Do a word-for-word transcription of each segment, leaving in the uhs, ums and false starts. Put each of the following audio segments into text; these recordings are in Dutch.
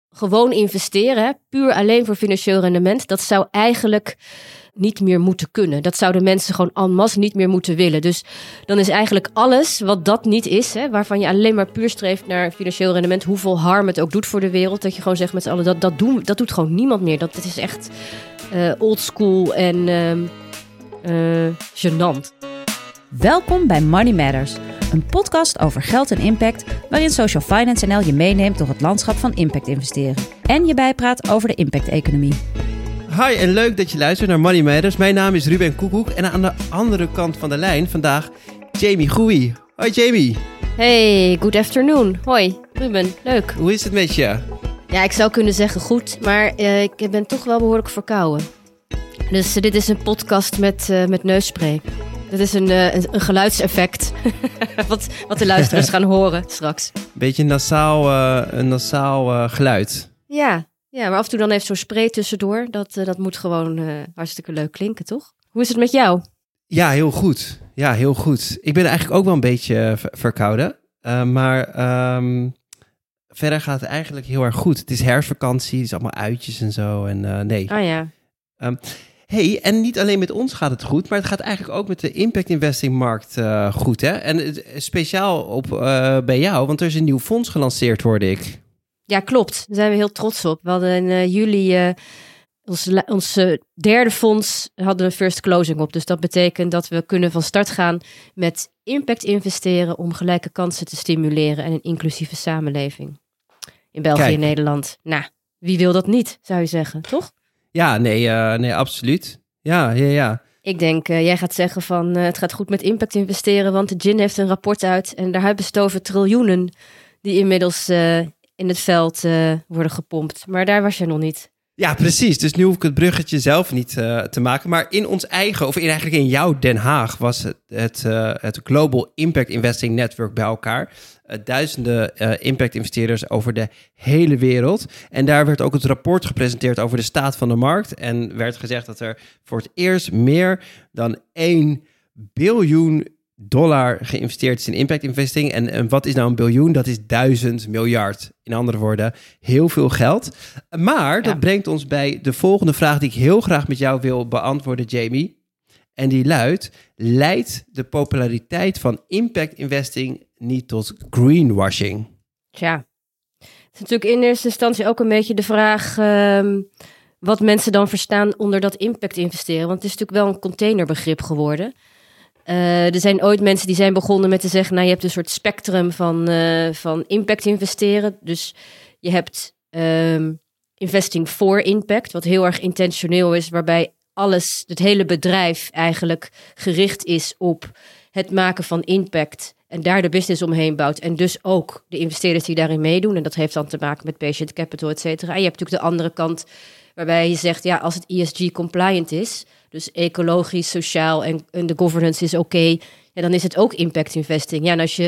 gewoon investeren, hè, puur alleen voor financieel rendement, dat zou eigenlijk niet meer moeten kunnen. Dat zouden mensen gewoon en masse niet meer moeten willen. Dus dan is eigenlijk alles wat dat niet is, hè, waarvan je alleen maar puur streeft naar financieel rendement, hoeveel harm het ook doet voor de wereld, dat je gewoon zegt met z'n allen, dat, dat, doen, dat doet gewoon niemand meer. Dat, dat is echt uh, old school en uh, uh, gênant. Welkom bij Money Matters, een podcast over geld en impact, waarin Social Finance N L je meeneemt door het landschap van impact investeren en je bijpraat over de impact-economie. Hi en leuk dat je luistert naar Money Matters. Mijn naam is Ruben Koekoek en aan de andere kant van de lijn vandaag Jamie Goeie. Hoi Jamie. Hey, good afternoon. Hoi Ruben, leuk. Hoe is het met je? Ja, ik zou kunnen zeggen goed, maar uh, ik ben toch wel behoorlijk verkouden. Dus uh, dit is een podcast met, uh, met neusspray. Dat is een, uh, een, een geluidseffect wat, wat de luisteraars gaan horen straks. Beetje een nasaal, uh, een nasaal uh, geluid. Ja, ja, maar af en toe dan even zo'n spray tussendoor. Dat, uh, dat moet gewoon uh, hartstikke leuk klinken, toch? Hoe is het met jou? Ja, heel goed. Ja, heel goed. Ik ben eigenlijk ook wel een beetje ver- verkouden. Uh, maar um, verder gaat het eigenlijk heel erg goed. Het is herfstvakantie, het is allemaal uitjes en zo. En uh, nee. Ah ja. Um, hey, en niet alleen met ons gaat het goed, maar het gaat eigenlijk ook met de impact investing markt uh, goed, hè? En speciaal op, uh, bij jou, want er is een nieuw fonds gelanceerd, hoorde ik. Ja, klopt. Daar zijn we heel trots op. We hadden in uh, juli uh, ons, ons uh, derde fonds hadden een first closing op. Dus dat betekent dat we kunnen van start gaan met impact investeren om gelijke kansen te stimuleren en een inclusieve samenleving. In België Kijk. en Nederland. Nou, wie wil dat niet, zou je zeggen, toch? Ja, nee, uh, nee, absoluut. Ja, ja, ja. Ik denk, uh, jij gaat zeggen van uh, het gaat goed met impact investeren, want de Gin heeft een rapport uit en daar hebben ze het over triljoenen die inmiddels uh, in het veld uh, worden gepompt. Maar daar was je nog niet. Ja, precies. Dus nu hoef ik het bruggetje zelf niet uh, te maken. Maar in ons eigen, of in, eigenlijk in jouw Den Haag, was het, het, uh, het Global Impact Investing Network bij elkaar. Uh, duizenden uh, impact-investeerders over de hele wereld. En daar werd ook het rapport gepresenteerd over de staat van de markt. En werd gezegd dat er voor het eerst meer dan één biljoen dollar geïnvesteerd is in impact investing. En, en wat is nou een biljoen? Dat is duizend miljard. In andere woorden, heel veel geld. Maar ja. Dat brengt ons bij de volgende vraag die ik heel graag met jou wil beantwoorden, Jamie. En die luidt, leidt de populariteit van impact investing niet tot greenwashing? Tja, het is natuurlijk in eerste instantie ook een beetje de vraag um, wat mensen dan verstaan onder dat impact investeren. Want het is natuurlijk wel een containerbegrip geworden. Uh, er zijn ooit mensen die zijn begonnen met te zeggen, nou je hebt een soort spectrum van, uh, van impact investeren. Dus je hebt um, investing for impact, wat heel erg intentioneel is, waarbij alles, het hele bedrijf eigenlijk gericht is op het maken van impact en daar de business omheen bouwt. En dus ook de investeerders die daarin meedoen. En dat heeft dan te maken met patient capital, et cetera. En je hebt natuurlijk de andere kant waarbij je zegt, ja, als het E S G-compliant is, dus ecologisch, sociaal en, en de governance is oké, okay, ja, dan is het ook impact investing. Ja, en als je,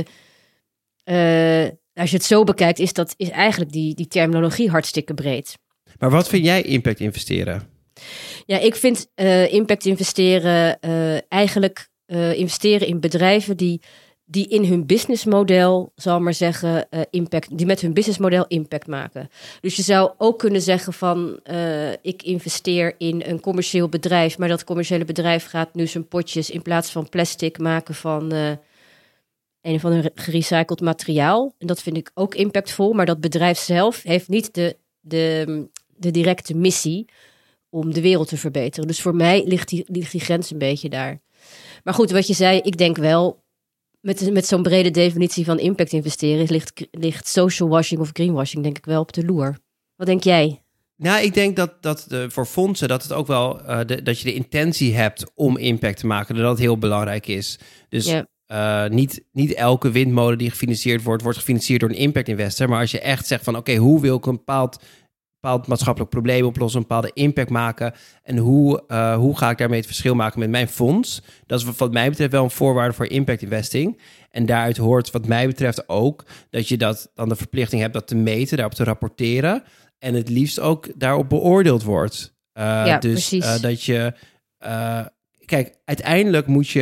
uh, als je het zo bekijkt, is, dat, is eigenlijk die, die terminologie hartstikke breed. Maar wat vind jij impact investeren? Ja, ik vind uh, impact investeren uh, eigenlijk uh, investeren in bedrijven die, die in hun businessmodel, zal ik maar zeggen, uh, impact, die met hun businessmodel impact maken. Dus je zou ook kunnen zeggen van, uh, ik investeer in een commercieel bedrijf, maar dat commerciële bedrijf gaat nu zijn potjes in plaats van plastic maken van uh, een of ander gerecycled materiaal. En dat vind ik ook impactvol, maar dat bedrijf zelf heeft niet de, de, de directe missie om de wereld te verbeteren. Dus voor mij ligt die, ligt die grens een beetje daar. Maar goed, wat je zei, ik denk wel, met, met zo'n brede definitie van impact investeren, ligt, ligt social washing of greenwashing denk ik wel op de loer. Wat denk jij? Nou, ik denk dat, dat de, voor fondsen dat het ook wel uh, de, dat je de intentie hebt om impact te maken, dat dat heel belangrijk is. Dus ja. uh, niet, niet elke windmolen die gefinancierd wordt, wordt gefinancierd door een impact investor. Maar als je echt zegt van oké, okay, hoe wil ik een bepaald bepaald maatschappelijk probleem oplossen, een bepaalde impact maken. En hoe, uh, hoe ga ik daarmee het verschil maken met mijn fonds? Dat is wat mij betreft wel een voorwaarde voor impact investing. En daaruit hoort wat mij betreft ook dat je dat dan de verplichting hebt dat te meten, daarop te rapporteren. En het liefst ook daarop beoordeeld wordt. Uh, ja, dus precies. Uh, dat je... Uh, kijk, uiteindelijk moet je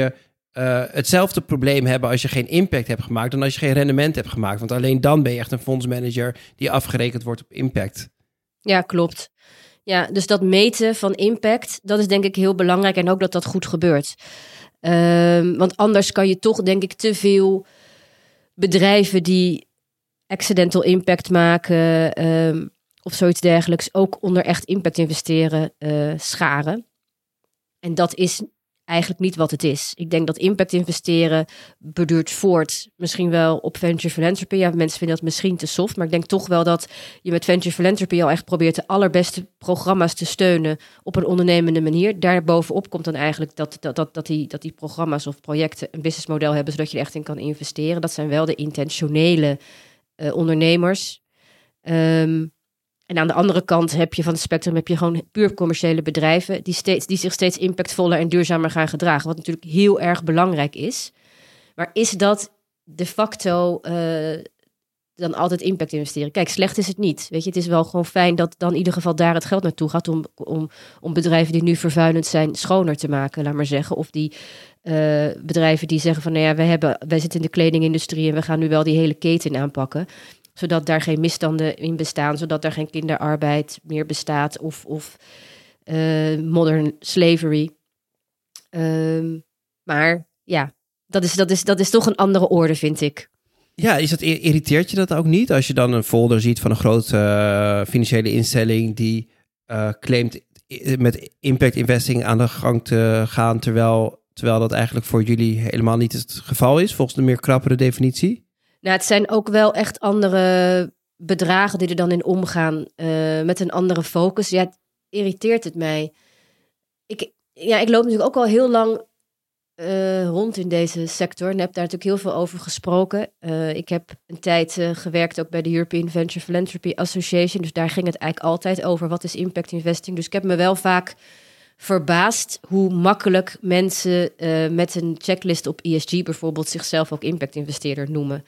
uh, hetzelfde probleem hebben als je geen impact hebt gemaakt dan als je geen rendement hebt gemaakt. Want alleen dan ben je echt een fondsmanager die afgerekend wordt op impact. Ja, klopt. Ja, dus dat meten van impact, dat is denk ik heel belangrijk en ook dat dat goed gebeurt. Um, want anders kan je toch denk ik te veel bedrijven die accidental impact maken um, of zoiets dergelijks ook onder echt impact investeren uh, scharen. En dat is eigenlijk niet wat het is. Ik denk dat impact investeren beduurt voort. Misschien wel op venture philanthropy. Ja, mensen vinden dat misschien te soft. Maar ik denk toch wel dat je met venture philanthropy al echt probeert de allerbeste programma's te steunen op een ondernemende manier. Daarbovenop komt dan eigenlijk dat, dat, dat, dat, die, dat die programma's of projecten een businessmodel hebben zodat je er echt in kan investeren. Dat zijn wel de intentionele uh, ondernemers. Um, En aan de andere kant heb je van het spectrum heb je gewoon puur commerciële bedrijven die, steeds, die zich steeds impactvoller en duurzamer gaan gedragen. Wat natuurlijk heel erg belangrijk is. Maar is dat de facto uh, dan altijd impact investeren? Kijk, slecht is het niet. Weet je, het is wel gewoon fijn dat dan in ieder geval daar het geld naartoe gaat om, om, om bedrijven die nu vervuilend zijn schoner te maken, laat maar zeggen. Of die uh, bedrijven die zeggen van nou ja, wij, hebben, wij zitten in de kledingindustrie en we gaan nu wel die hele keten aanpakken. Zodat daar geen misstanden in bestaan, zodat er geen kinderarbeid meer bestaat of, of uh, modern slavery. Um, maar ja, dat is, dat, is, dat is toch een andere orde, vind ik. Ja, is dat, irriteert je dat ook niet? Als je dan een folder ziet van een grote uh, financiële instelling die uh, claimt met impact investing aan de gang te gaan, terwijl, terwijl dat eigenlijk voor jullie helemaal niet het geval is, volgens de meer krappere definitie? Nou, het zijn ook wel echt andere bedragen die er dan in omgaan, uh, met een andere focus. Ja, het irriteert het mij. Ik, ja, ik loop natuurlijk ook al heel lang uh, rond in deze sector en heb daar natuurlijk heel veel over gesproken. Uh, ik heb een tijd uh, gewerkt ook bij de European Venture Philanthropy Association, dus daar ging het eigenlijk altijd over wat is impact investing. Dus ik heb me wel vaak verbaasd hoe makkelijk mensen uh, met een checklist op E S G bijvoorbeeld zichzelf ook impact-investeerder noemen.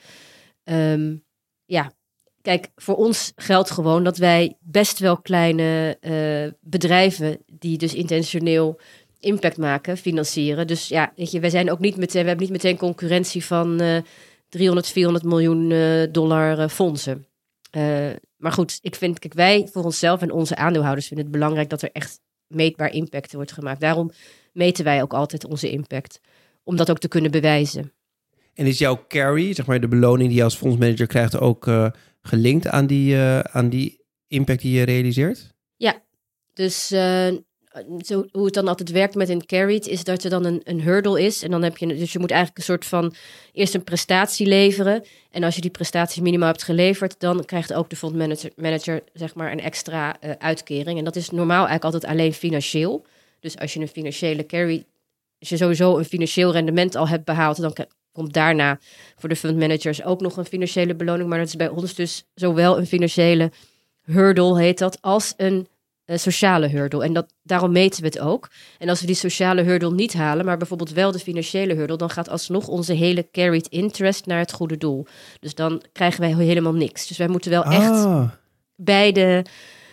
Um, ja, kijk, voor ons geldt gewoon dat wij best wel kleine uh, bedrijven die dus intentioneel impact maken, financieren. Dus ja, weet je, wij zijn ook niet meteen, we hebben niet meteen concurrentie van uh, driehonderd, vierhonderd miljoen uh, dollar uh, fondsen. Uh, maar goed, ik vind, kijk, wij voor onszelf en onze aandeelhouders vinden het belangrijk dat er echt meetbaar impact wordt gemaakt. Daarom meten wij ook altijd onze impact. Om dat ook te kunnen bewijzen. En is jouw carry, zeg maar de beloning die je als fondsmanager krijgt, ook uh, gelinkt aan die, uh, aan die impact die je realiseert? Ja, dus uh, zo, hoe het dan altijd werkt met een carried is dat er dan een, een hurdle is. En dan heb je, dus je moet eigenlijk een soort van eerst een prestatie leveren. En als je die prestatie minimaal hebt geleverd, dan krijgt ook de fondmanager manager, zeg maar een extra uh, uitkering. En dat is normaal eigenlijk altijd alleen financieel. Dus als je een financiële carry, als je sowieso een financieel rendement al hebt behaald, dan k- komt daarna voor de fundmanagers ook nog een financiële beloning. Maar dat is bij ons dus zowel een financiële hurdle, heet dat, als een uh, sociale hurdle. En dat, daarom meten we het ook. En als we die sociale hurdle niet halen, maar bijvoorbeeld wel de financiële hurdle, dan gaat alsnog onze hele carried interest naar het goede doel. Dus dan krijgen wij helemaal niks. Dus wij moeten wel ah. echt beide,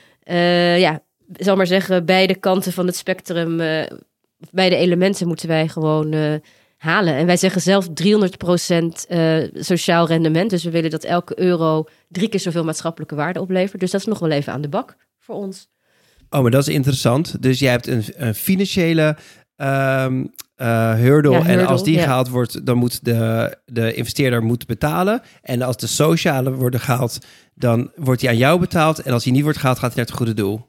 uh, ja, zal maar zeggen, beide kanten van het spectrum, uh, beide elementen moeten wij gewoon uh, halen. En wij zeggen zelf driehonderd procent uh, sociaal rendement. Dus we willen dat elke euro drie keer zoveel maatschappelijke waarde oplevert. Dus dat is nog wel even aan de bak voor ons. Oh, maar dat is interessant. Dus jij hebt een, een financiële um, uh, hurdle. Ja, hurdle. En als die ja. gehaald wordt, dan moet de, de investeerder moet betalen. En als de sociale worden gehaald, dan wordt die aan jou betaald. En als die niet wordt gehaald, gaat hij naar het goede doel.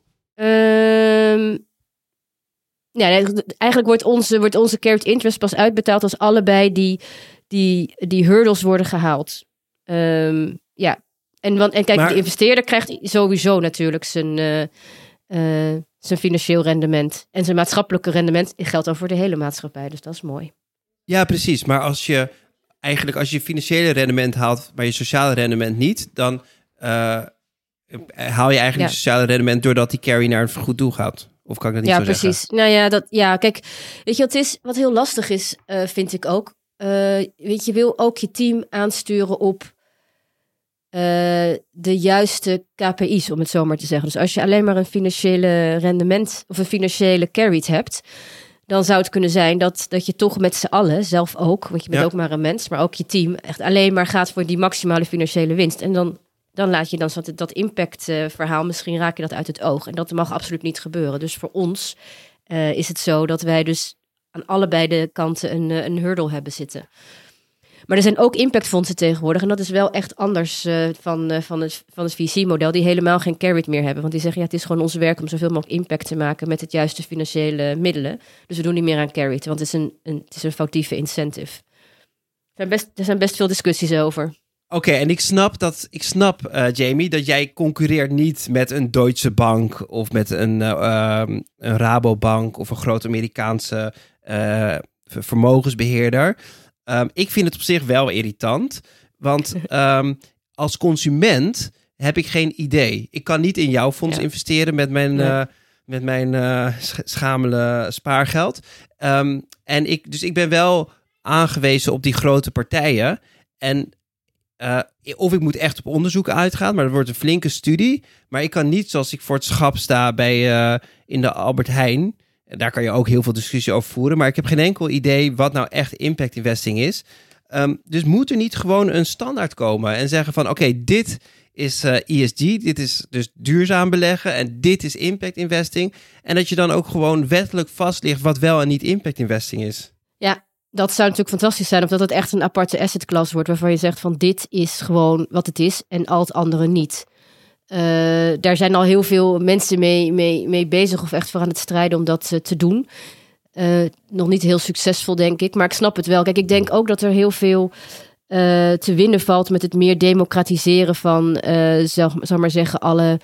Um, ja, eigenlijk wordt onze, wordt onze carried interest pas uitbetaald als allebei die, die, die hurdles worden gehaald. Um, ja, en, want, en kijk, maar de investeerder krijgt sowieso natuurlijk zijn, uh, uh, zijn financieel rendement. En zijn maatschappelijke rendement geldt dan voor de hele maatschappij. Dus dat is mooi. Ja, precies. Maar als je eigenlijk als je financiële rendement haalt, maar je sociale rendement niet, dan uh, haal je eigenlijk ja. je sociale rendement doordat die carry naar een goed doel gaat. Of kan ik dat niet ja, zo precies. zeggen? Nou ja, dat, ja, kijk, weet je wat het is? Wat heel lastig is, uh, vind ik ook. Uh, weet je, wil ook je team aansturen op uh, de juiste K P I's, om het zo maar te zeggen. Dus als je alleen maar een financiële rendement of een financiële carried hebt, dan zou het kunnen zijn dat, dat je toch met z'n allen, zelf ook, want je bent Ja. ook maar een mens, maar ook je team, echt alleen maar gaat voor die maximale financiële winst. En dan, dan laat je dan dat, dat impact uh, verhaal, misschien raak je dat uit het oog. En dat mag absoluut niet gebeuren. Dus voor ons uh, is het zo dat wij dus aan allebei de kanten een, een hurdle hebben zitten. Maar er zijn ook impactfondsen tegenwoordig. En dat is wel echt anders uh, van, uh, van het, van het V C-model. Die helemaal geen carried meer hebben. Want die zeggen, ja, het is gewoon ons werk om zoveel mogelijk impact te maken met het juiste financiële middelen. Dus we doen niet meer aan carried. Want het is een, een, het is een foutieve incentive. Er zijn best, er zijn best veel discussies over. Oké, okay, en ik snap, dat, ik snap uh, Jamie, dat jij concurreert niet met een Deutsche Bank of met een, uh, een Rabobank of een grote Amerikaanse uh, vermogensbeheerder. Um, ik vind het op zich wel irritant, want um, als consument heb ik geen idee. Ik kan niet in jouw fonds ja. investeren met mijn, nee. uh, met mijn uh, schamele spaargeld. Um, en ik, dus ik ben wel aangewezen op die grote partijen. En uh, of ik moet echt op onderzoek uitgaan, maar dat wordt een flinke studie. Maar ik kan niet, zoals ik voor het schap sta bij uh, in de Albert Heijn. Daar kan je ook heel veel discussie over voeren. Maar ik heb geen enkel idee wat nou echt impact investing is. Um, dus moet er niet gewoon een standaard komen en zeggen van oké, okay, dit is uh, E S G, dit is dus duurzaam beleggen en dit is impact investing. En dat je dan ook gewoon wettelijk vastlegt wat wel en niet impact investing is. Ja, dat zou natuurlijk fantastisch zijn, omdat het echt een aparte asset class wordt waarvan je zegt van dit is gewoon wat het is en al het andere niet. Uh, daar zijn al heel veel mensen mee, mee, mee bezig of echt voor aan het strijden om dat uh, te doen. Uh, nog niet heel succesvol, denk ik, maar ik snap het wel. Kijk, ik denk ook dat er heel veel uh, te winnen valt met het meer democratiseren van, uh, zal, zal maar zeggen, alle,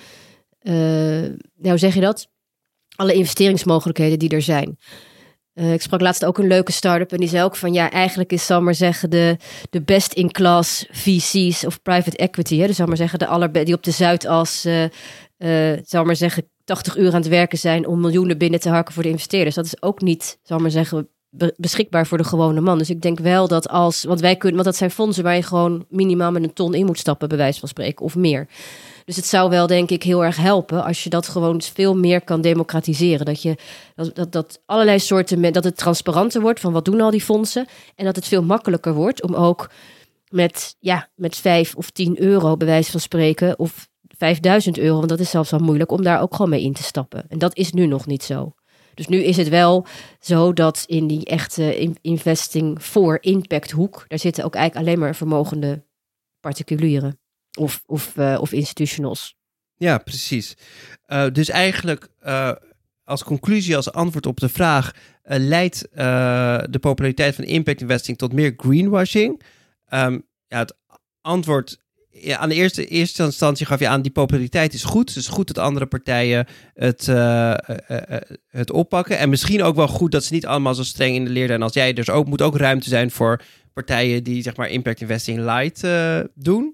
uh, hoe zeg je dat? Alle investeringsmogelijkheden die er zijn. Uh, ik sprak laatst ook een leuke start-up en die zei ook van ja, eigenlijk is, zal maar zeggen, de, de best-in-class V C's of private equity, hè, dus zal maar zeggen, de aller, die op de Zuidas, uh, uh, zal maar zeggen, tachtig uur aan het werken zijn om miljoenen binnen te harken voor de investeerders. Dat is ook niet, zal maar zeggen, be- beschikbaar voor de gewone man. Dus ik denk wel dat als, want wij kunnen, want dat zijn fondsen waar je gewoon minimaal met een ton in moet stappen, bij wijze van spreken, of meer. Dus het zou wel, denk ik, heel erg helpen als je dat gewoon veel meer kan democratiseren. Dat je dat, dat, dat allerlei soorten, dat het transparanter wordt van wat doen al die fondsen. En dat het veel makkelijker wordt om ook met, ja, met vijf of tien euro, bij wijze van spreken, of vijfduizend euro, want dat is zelfs al moeilijk, om daar ook gewoon mee in te stappen. En dat is nu nog niet zo. Dus nu is het wel zo dat in die echte investing voor impact hoek, daar zitten ook eigenlijk alleen maar vermogende particulieren. Of, of, uh, of institutionals. Ja, precies. Uh, dus eigenlijk uh, als conclusie, als antwoord op de vraag, Uh, leidt uh, de populariteit van impact investing tot meer greenwashing? Um, ja, het antwoord, ja, aan de eerste, eerste instantie gaf je aan, die populariteit is goed. Dus goed dat andere partijen het, uh, uh, uh, het oppakken. En misschien ook wel goed dat ze niet allemaal zo streng in de leer zijn als jij. Dus ook moet ook ruimte zijn voor partijen die, zeg maar, impact investing light uh, doen.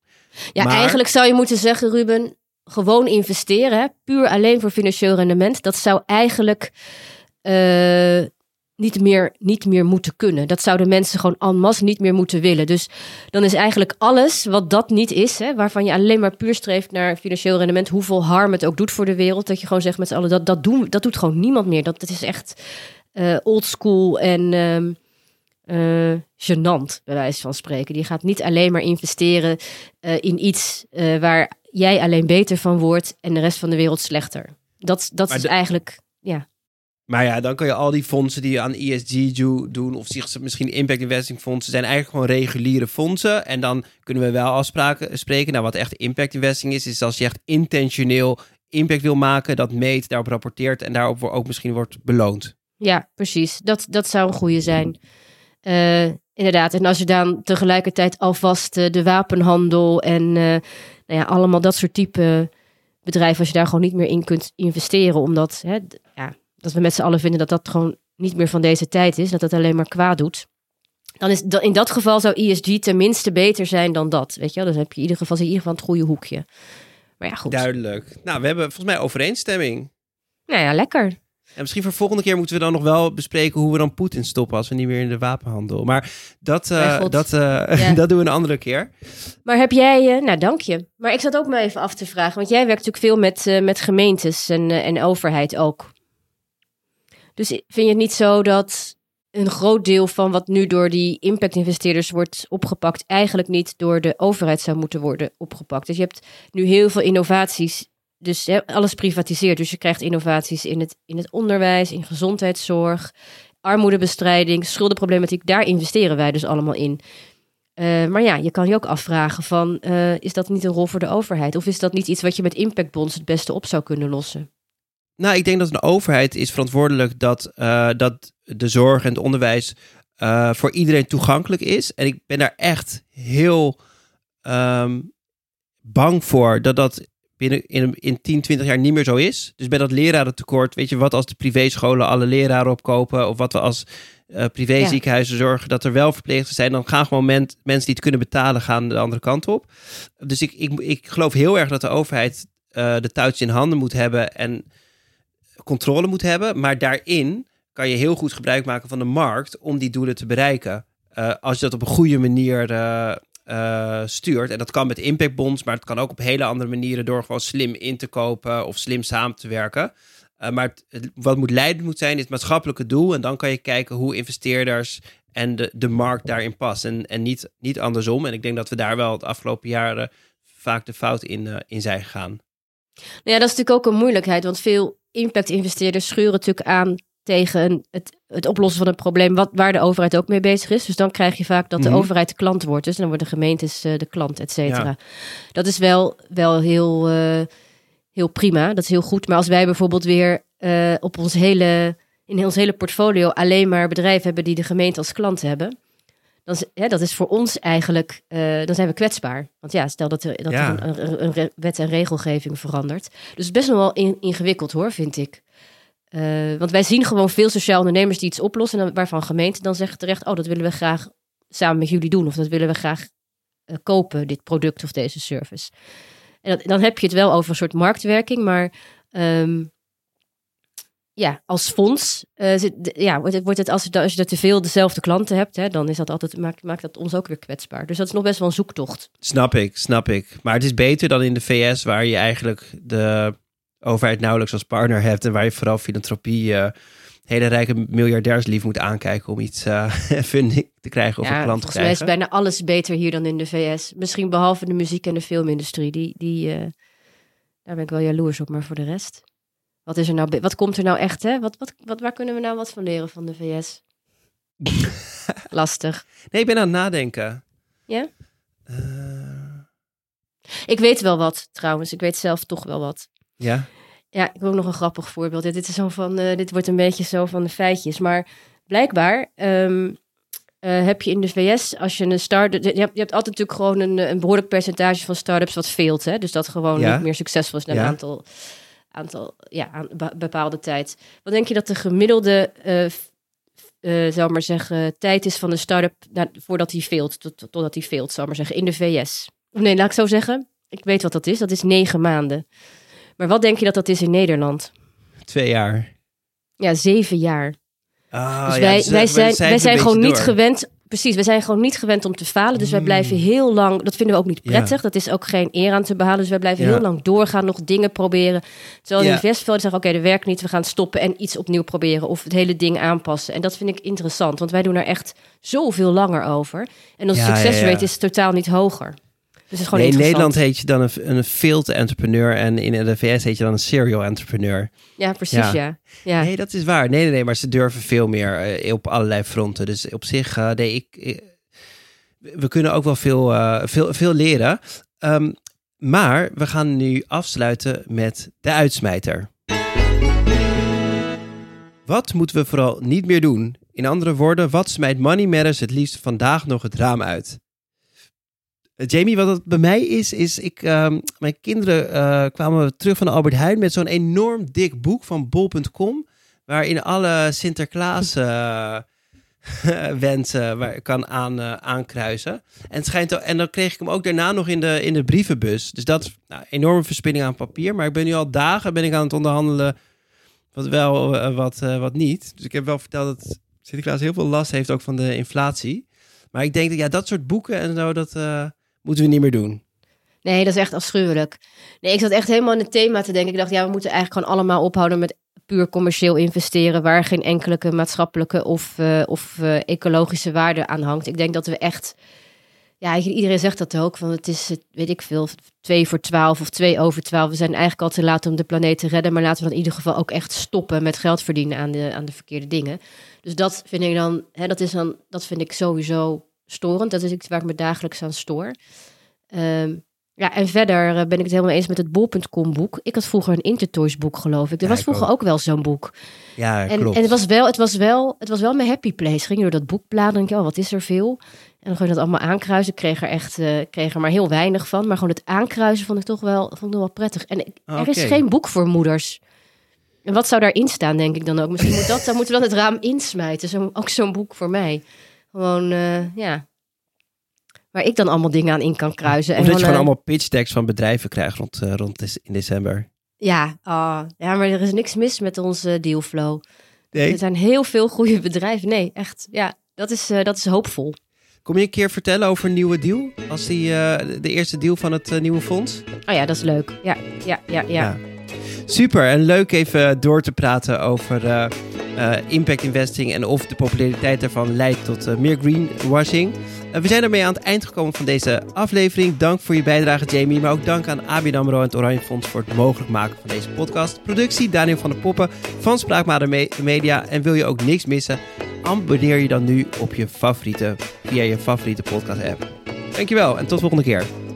Ja, maar eigenlijk zou je moeten zeggen, Ruben, gewoon investeren, hè? Puur alleen voor financieel rendement. Dat zou eigenlijk uh, niet, meer, niet meer moeten kunnen. Dat zouden mensen gewoon en masse niet meer moeten willen. Dus dan is eigenlijk alles wat dat niet is, hè, waarvan je alleen maar puur streeft naar financieel rendement, hoeveel harm het ook doet voor de wereld, dat je gewoon zegt met z'n allen, dat, dat, doen, dat doet gewoon niemand meer. Dat, dat is echt uh, old school en Um, Uh, gênant, bij wijze van spreken. Die gaat niet alleen maar investeren uh, in iets uh, waar jij alleen beter van wordt en de rest van de wereld slechter. Dat, dat is de, eigenlijk, ja. Maar ja, dan kan je al die fondsen die aan E S G doen, of zich misschien impact investing fondsen, zijn eigenlijk gewoon reguliere fondsen. En dan kunnen we wel afspraken spreken. Nou, wat echt impact investing is, is als je echt intentioneel impact wil maken, dat meet, daarop rapporteert en daarop ook misschien wordt beloond. Ja, precies. Dat, dat zou een goede zijn. Uh, inderdaad, en als je dan tegelijkertijd alvast uh, de wapenhandel en uh, nou ja, allemaal dat soort type bedrijven, als je daar gewoon niet meer in kunt investeren, omdat hè, d- ja, dat we met z'n allen vinden dat dat gewoon niet meer van deze tijd is, dat dat alleen maar kwaad doet, dan is dan in dat geval zou E S G tenminste beter zijn dan dat, weet je wel? Dan heb je in ieder geval, in ieder geval het goede hoekje. Maar ja, goed. Duidelijk. Nou, we hebben volgens mij overeenstemming. Nou ja, lekker. En misschien voor volgende keer moeten we dan nog wel bespreken hoe we dan Poetin stoppen als we niet meer in de wapenhandel. Maar dat, uh, dat, uh, ja. dat doen we een andere keer. Maar heb jij, uh, nou dank je. Maar ik zat ook maar even af te vragen, want jij werkt natuurlijk veel met, uh, met gemeentes en, uh, en overheid ook. Dus vind je het niet zo dat een groot deel van wat nu door die impact-investeerders wordt opgepakt, eigenlijk niet door de overheid zou moeten worden opgepakt? Dus je hebt nu heel veel innovaties, dus hè, alles privatiseert. Dus je krijgt innovaties in het, in het onderwijs, in gezondheidszorg, armoedebestrijding, schuldenproblematiek. Daar investeren wij dus allemaal in. Uh, maar ja, je kan je ook afvragen van, uh, is dat niet een rol voor de overheid? Of is dat niet iets wat je met impactbonds het beste op zou kunnen lossen? Nou, ik denk dat een overheid is verantwoordelijk dat, uh, dat de zorg en het onderwijs uh, voor iedereen toegankelijk is. En ik ben daar echt heel um, bang voor dat dat binnen in, in tien, twintig jaar niet meer zo is. Dus bij dat lerarentekort, weet je, wat als de privéscholen alle leraren opkopen, of wat we als uh, privéziekenhuizen ja. zorgen dat er wel verpleegsters zijn, dan gaan gewoon men, mensen die het kunnen betalen, gaan de andere kant op. Dus ik, ik, ik geloof heel erg dat de overheid uh, de touwtjes in handen moet hebben en controle moet hebben, maar daarin kan je heel goed gebruik maken van de markt om die doelen te bereiken. Uh, als je dat op een goede manier uh, uh, stuurt, en dat kan met impactbonds, maar het kan ook op hele andere manieren door gewoon slim in te kopen of slim samen te werken. Uh, maar het, het, wat moet leidend moet zijn, is het maatschappelijke doel, en dan kan je kijken hoe investeerders en de, de markt daarin passen en, en niet, niet andersom. En ik denk dat we daar wel de afgelopen jaren vaak de fout in, uh, in zijn gegaan. Nou ja, dat is natuurlijk ook een moeilijkheid, want veel impact-investeerders schuren natuurlijk aan tegen het, het oplossen van een probleem wat, waar de overheid ook mee bezig is. Dus dan krijg je vaak dat de mm-hmm. overheid de klant wordt. Dus dan worden de gemeentes uh, de klant, et cetera. Ja. Dat is wel, wel heel, uh, heel prima, dat is heel goed. Maar als wij bijvoorbeeld weer uh, op ons hele, in ons hele portfolio alleen maar bedrijven hebben die de gemeente als klant hebben, dan is, ja, dat is voor ons eigenlijk, uh, dan zijn we kwetsbaar. Want ja, stel dat er, dat ja. er een, een, een wet en regelgeving verandert. Dus het is best nog wel in, ingewikkeld hoor, vind ik. Uh, want wij zien gewoon veel sociaal ondernemers die iets oplossen, en dan, waarvan gemeenten dan zeggen terecht, oh, dat willen we graag samen met jullie doen, of dat willen we graag uh, kopen, dit product of deze service. En dat, dan heb je het wel over een soort marktwerking, maar um, ja, als fonds uh, zit, ja, wordt het, wordt het als, je, als je er te veel dezelfde klanten hebt, hè, dan is dat altijd, maakt, maakt dat ons ook weer kwetsbaar. Dus dat is nog best wel een zoektocht. Snap ik, snap ik. Maar het is beter dan in de V S, waar je eigenlijk de overheid nauwelijks als partner hebt en waar je vooral filantropie uh, hele rijke miljardairs lief moet aankijken om iets uh, funding te krijgen of ja, een klant te krijgen. Volgens mij is bijna alles beter hier dan in de V S. Misschien behalve de muziek- en de filmindustrie. Die, die, uh, daar ben ik wel jaloers op, maar voor de rest. Wat is er nou? Be- wat komt er nou echt? Hè? Wat, wat, wat, waar kunnen we nou wat van leren van de V S? Lastig. Nee, ik ben aan het nadenken. Ja? Uh... Ik weet wel wat, trouwens. Ik weet zelf toch wel wat. Ja? Ja, ik heb ook nog een grappig voorbeeld. Ja, dit is zo van, uh, dit wordt een beetje zo van de feitjes. Maar blijkbaar um, uh, heb je in de V S, als je een start-up, je hebt, je hebt altijd natuurlijk gewoon een, een behoorlijk percentage van start-ups wat failt, hè? Dus dat gewoon ja. niet meer succesvol is na een ja. aantal, aantal, ja, aan be- bepaalde tijd. Wat denk je dat de gemiddelde, uh, uh, zou maar zeggen, tijd is van een start-up nou, voordat hij failt, tot, totdat hij failt, zou maar zeggen, in de V S? Of nee, laat ik zo zeggen. Ik weet wat dat is. Dat is negen maanden. Maar wat denk je dat dat is in Nederland? Twee jaar. Ja, zeven jaar. Oh, dus ja, wij, dus wij zijn, zijn, wij zijn gewoon door. niet gewend. Precies, wij zijn gewoon niet gewend om te falen. Dus mm. wij blijven heel lang. Dat vinden we ook niet prettig. Ja. Dat is ook geen eer aan te behalen. Dus wij blijven ja. heel lang doorgaan, nog dingen proberen. Terwijl ja. in de festival zeggen, oké, okay, dat werkt niet. We gaan stoppen en iets opnieuw proberen. Of het hele ding aanpassen. En dat vind ik interessant. Want wij doen er echt zoveel langer over. En onze ja, succesrate ja, ja. is totaal niet hoger. Dus het is nee, in Nederland heet je dan een, een failed entrepreneur en in de V S heet je dan een serial entrepreneur. Ja, precies, ja. ja. ja. Nee, dat is waar. Nee, nee, nee, maar ze durven veel meer uh, op allerlei fronten. Dus op zich, uh, nee, ik, ik, we kunnen ook wel veel, uh, veel, veel leren. Um, maar we gaan nu afsluiten met de uitsmijter. Wat moeten we vooral niet meer doen? In andere woorden, wat smijt Money Matters het liefst vandaag nog het raam uit? Jamie, wat het bij mij is, is ik, uh, mijn kinderen uh, kwamen terug van de Albert Heijn met zo'n enorm dik boek van bol punt com, waarin alle Sinterklaas uh, wensen waar ik kan aan, uh, aankruisen. En, het schijnt, en dan kreeg ik hem ook daarna nog in de, in de brievenbus. Dus dat is nou, enorme verspilling aan papier. Maar ik ben nu al dagen ben ik aan het onderhandelen wat wel, uh, wat, uh, wat niet. Dus ik heb wel verteld dat Sinterklaas heel veel last heeft ook van de inflatie. Maar ik denk dat ja, dat soort boeken en zo, dat uh, moeten we niet meer doen. Nee, dat is echt afschuwelijk. Nee, ik zat echt helemaal in het thema te denken. Ik dacht, ja, we moeten eigenlijk gewoon allemaal ophouden met puur commercieel investeren, waar geen enkele maatschappelijke of, uh, of uh, ecologische waarde aan hangt. Ik denk dat we echt, ja, iedereen zegt dat ook, van het is, weet ik veel, twee voor twaalf of twee over twaalf. We zijn eigenlijk al te laat om de planeet te redden, maar laten we dan in ieder geval ook echt stoppen met geld verdienen aan de, aan de verkeerde dingen. Dus dat vind ik dan, hè, dat is dan, dat vind ik sowieso storend. Dat is iets waar ik me dagelijks aan stoor. Um, Ja, en verder ben ik het helemaal eens met het bol punt com boek. Ik had vroeger een Intertoys boek, geloof ik. Er ja, was vroeger ook. ook wel zo'n boek. Ja, en, klopt. En het was wel, het was wel, het was wel mijn happy place. Ging door dat boek bladeren en denk je, oh, wat is er veel? En dan gewoon dat allemaal aankruisen. Ik kreeg er echt, uh, kreeg er maar heel weinig van. Maar gewoon het aankruisen vond ik toch wel, vond ik wel prettig. En ik, oh, er okay. is geen boek voor moeders. En wat zou daarin staan, denk ik dan ook? Misschien moet dat, dan moeten we dan het raam insmijten. Zo, ook zo'n boek voor mij. Gewoon, uh, ja... waar ik dan allemaal dingen aan in kan kruisen. Of en dat je gewoon uh, allemaal pitch decks van bedrijven krijgt rond, uh, rond des, in december. Ja, oh, ja, maar er is niks mis met onze dealflow. Nee? Er zijn heel veel goede bedrijven. Nee, echt, ja, dat is, uh, dat is hoopvol. Kom je een keer vertellen over een nieuwe deal? Als die, uh, de eerste deal van het uh, nieuwe fonds? Oh ja, dat is leuk. Ja, ja, ja, ja. ja. Super, en leuk even door te praten over uh, uh, impact investing en of de populariteit daarvan leidt tot uh, meer greenwashing. Uh, we zijn ermee aan het eind gekomen van deze aflevering. Dank voor je bijdrage, Jamie, maar ook dank aan A B N AMRO en het Oranje Fonds voor het mogelijk maken van deze podcast. Productie Daniel van der Poppen van Spraakmaker Media. En wil je ook niks missen? Abonneer je dan nu op je favoriete, via je favoriete podcast app. Dankjewel en tot volgende keer.